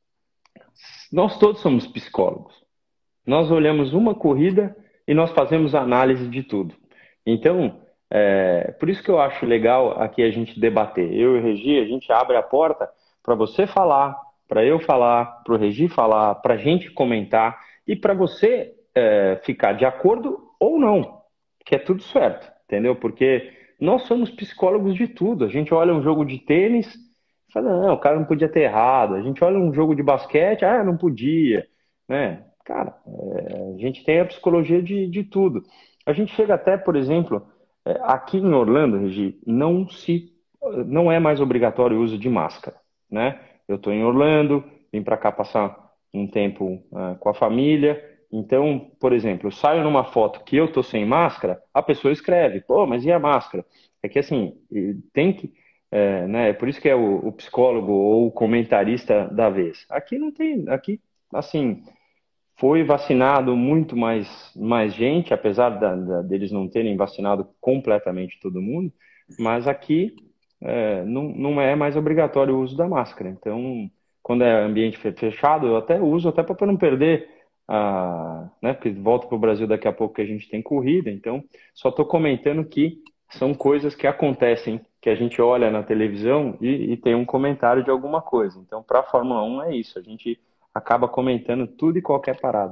nós todos somos psicólogos. Nós olhamos uma corrida e nós fazemos análise de tudo. Então, é, por isso que eu acho legal aqui a gente debater. Eu e o Regi, a gente abre a porta para você falar, para eu falar, para o Regi falar, para a gente comentar e para você é, ficar de acordo ou não, que é tudo certo, entendeu? Porque nós somos psicólogos de tudo. A gente olha um jogo de tênis e fala, não, o cara não podia ter errado. A gente olha um jogo de basquete, ah, não podia, né? Cara, é, a gente tem a psicologia de, de tudo. A gente chega até, por exemplo, é, aqui em Orlando, Regi, não se, não é mais obrigatório o uso de máscara, né? Eu estou em Orlando, vim para cá passar um tempo uh, com a família. Então, por exemplo, eu saio numa foto que eu estou sem máscara, a pessoa escreve, pô, mas e a máscara? É que assim, tem que, é, né? É por isso que é o, o psicólogo ou o comentarista da vez. Aqui não tem, aqui, assim, foi vacinado muito mais, mais gente, apesar da, da, deles não terem vacinado completamente todo mundo, mas aqui é, não, não é mais obrigatório o uso da máscara. Então, quando é ambiente fechado, eu até uso, até para não perder, a, né, porque volta para o Brasil daqui a pouco que a gente tem corrida. Então, só estou comentando que são coisas que acontecem, que a gente olha na televisão e, e tem um comentário de alguma coisa. Então, para a Fórmula um é isso, a gente acaba comentando tudo e qualquer parada.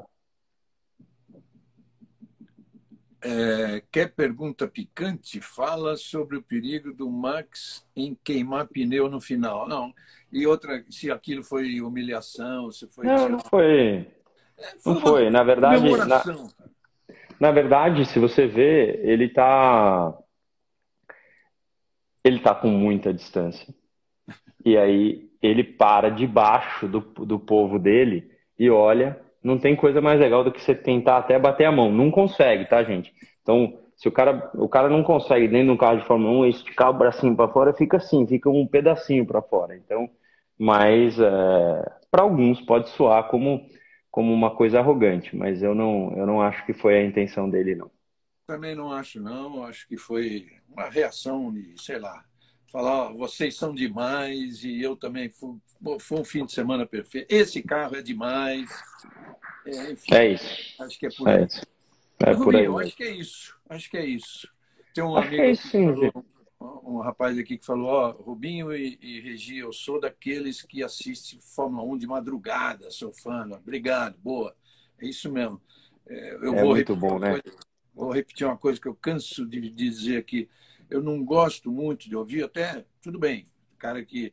É, quer pergunta picante? Fala sobre o perigo do Max em queimar pneu no final. Não. E outra, se aquilo foi humilhação, se foi Não, não tirar. foi. É, foi Não uma foi. Na verdade, na, comemoração. na verdade, se você vê, ele tá, ele tá com muita distância. E aí ele para debaixo do, do povo dele e olha. Não tem coisa mais legal do que você tentar até bater a mão. Não consegue, tá, gente? Então, se o cara, o cara não consegue dentro de um carro de Fórmula um esticar o bracinho para fora, fica assim, fica um pedacinho para fora. Então, mas é, para alguns pode soar como, como uma coisa arrogante, mas eu não, eu não acho que foi a intenção dele, não. Também não acho, não. Acho que foi uma reação de, sei lá, falar, ó, vocês são demais e eu também fui, foi um fim de semana perfeito. Esse carro é demais. É, enfim, É isso. acho que é por É aí. isso. É por aí Rubinho, mesmo. acho que é isso. Acho que é isso. Tem um Acho que amigo é aqui isso, que sim, falou, Gê. um rapaz aqui que falou, ó, Rubinho e, e Regi, eu sou daqueles que assistem Fórmula um de madrugada, sou fã. Obrigado, boa. É isso mesmo. É, eu É vou muito repetir bom, uma né? coisa, vou repetir uma coisa que eu canso de dizer aqui. Eu não gosto muito de ouvir, até, tudo bem, cara que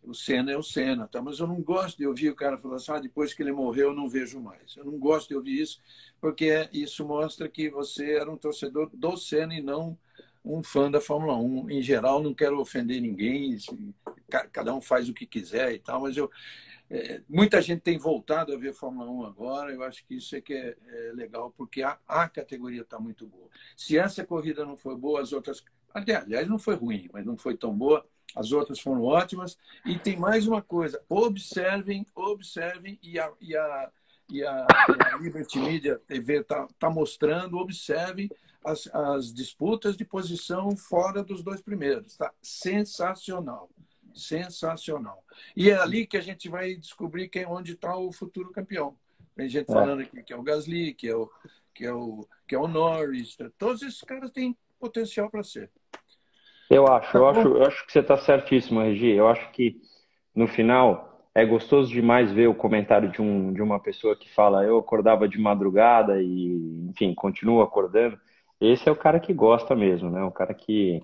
o Senna é o Senna, tá? Mas eu não gosto de ouvir o cara falar assim, ah, depois que ele morreu eu não vejo mais. Eu não gosto de ouvir isso, porque isso mostra que você era um torcedor do Senna e não um fã da Fórmula um. Em geral, não quero ofender ninguém, cada um faz o que quiser e tal, mas eu, é, muita gente tem voltado a ver Fórmula um agora, eu acho que isso é que é, é legal, porque a, a categoria está muito boa. Se essa corrida não foi boa, as outras... Aliás, não foi ruim, mas não foi tão boa. As outras foram ótimas. E tem mais uma coisa. Observem, observem, e a, e a, e a, e a Liberty Media T V está tá mostrando, observem as, as disputas de posição fora dos dois primeiros. Está sensacional. Sensacional. E é ali que a gente vai descobrir quem, onde está o futuro campeão. Tem gente falando aqui que é o Gasly, que é o, que é o, que é o Norris. Todos esses caras têm potencial para ser. Eu acho, eu acho, eu acho que você está certíssimo, Regi. Eu acho que no final é gostoso demais ver o comentário de, um, de uma pessoa que fala eu acordava de madrugada e, enfim, continuo acordando. Esse é o cara que gosta mesmo, né? O cara que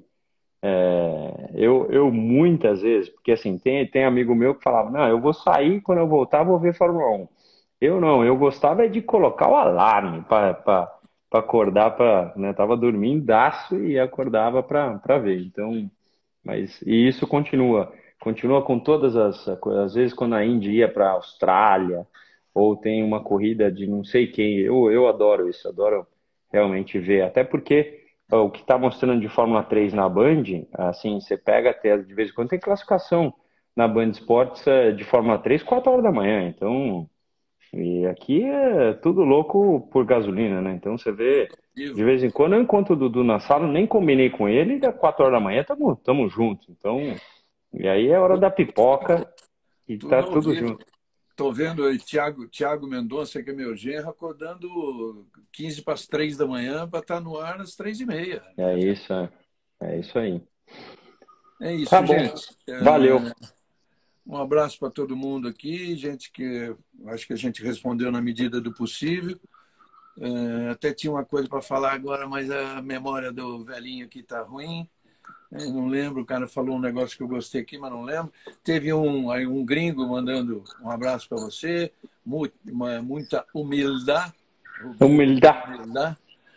é, eu, eu muitas vezes, porque assim, tem, tem amigo meu que falava, não, eu vou sair quando eu voltar, vou ver Fórmula um. Eu não, eu gostava é de colocar o alarme para acordar, para, né? Tava dormindaço e acordava para ver. Então, mas e isso continua, continua com todas as, às vezes quando a Indy ia para a Austrália ou tem uma corrida de não sei quem, eu, eu adoro isso, adoro realmente ver, até porque ó, o que está mostrando de Fórmula três na Band, assim, você pega até de vez em quando tem classificação na Band Esportes eh, de Fórmula três, quatro horas da manhã, então e aqui é tudo louco por gasolina, né? Então você vê, de vez em quando eu encontro o Dudu na sala, nem combinei com ele, e das quatro horas da manhã tamo, tamo junto. Então, e aí é hora da pipoca e Tudo tá ao tudo vivo. junto. Estou vendo aí Thiago, Thiago Mendonça, que é meu genro, acordando quinze para as três da manhã para estar no ar às três e meia. É isso, é, é isso aí. É Tá isso, bom, gente. valeu. É, um abraço para todo mundo aqui, gente que acho que a gente respondeu na medida do possível. É, até tinha uma coisa para falar agora, mas a memória do velhinho aqui está ruim. Eu não lembro, o cara falou um negócio que eu gostei aqui, mas não lembro. Teve um, aí um gringo mandando um abraço para você, muito, uma, muita humildade. O gringo, Humildade. humildade.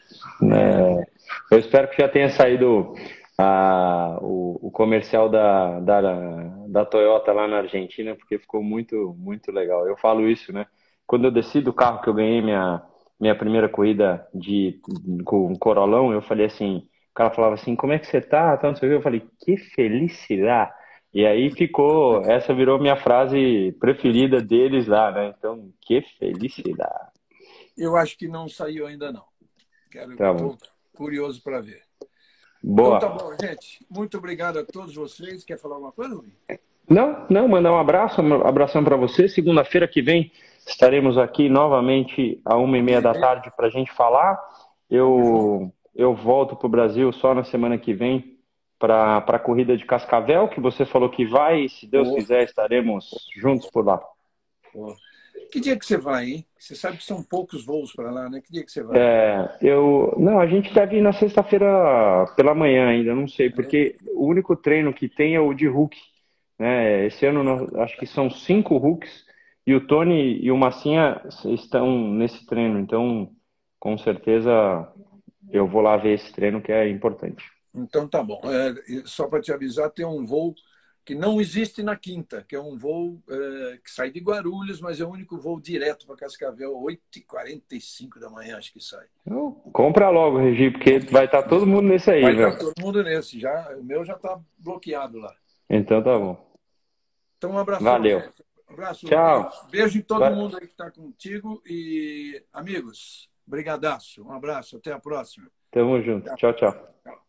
É, eu espero que já tenha saído a, o, o comercial da, da, da Toyota lá na Argentina, porque ficou muito, muito legal. Eu falo isso, né? Quando eu desci do carro que eu ganhei minha, minha primeira corrida de, com um Corolão, eu falei assim, o cara falava assim, como é que você tá? Tá, não sei o quê. Eu falei, que felicidade! E aí ficou, essa virou minha frase preferida deles lá, né? Então, que felicidade. Eu acho que não saiu ainda não. Quero, Tá bom. tô curioso para ver. Então tá Boa. bom, gente. Muito obrigado a todos vocês. Quer falar alguma coisa, Luiz? Não, não, mandar um abraço, um abração para você. Segunda-feira que vem estaremos aqui novamente à uma e meia da tarde para a gente falar. Eu, eu volto para o Brasil só na semana que vem para a corrida de Cascavel, que você falou que vai, e se Deus Oh, quiser estaremos juntos por lá. oh. Que dia que você vai, hein? Você sabe que são poucos voos para lá, né? Que dia que você vai? É, eu, não, a gente deve ir na sexta-feira pela manhã ainda, não sei, porque o único treino que tem é o de Hulk, né? Esse ano nós- acho que são cinco Hulks e o Tony e o Massinha estão nesse treino, então com certeza eu vou lá ver esse treino que é importante. Então tá bom. É, só para te avisar, tem um voo que não existe na quinta, que é um voo é, que sai de Guarulhos, mas é o único voo direto para Cascavel, oito e quarenta e cinco da manhã, acho que sai. Então, compra logo, Regi, porque vai estar todo mundo nesse aí, Vai viu? estar todo mundo nesse. Já, o meu já está bloqueado lá. Então tá bom. Então, um abração, Valeu. gente. Um abraço, Tchau. Luiz. Beijo em todo Vai- mundo aí que está contigo. E, amigos, brigadaço. Um abraço. Até a próxima. Tamo junto. Tchau, tchau. Tchau.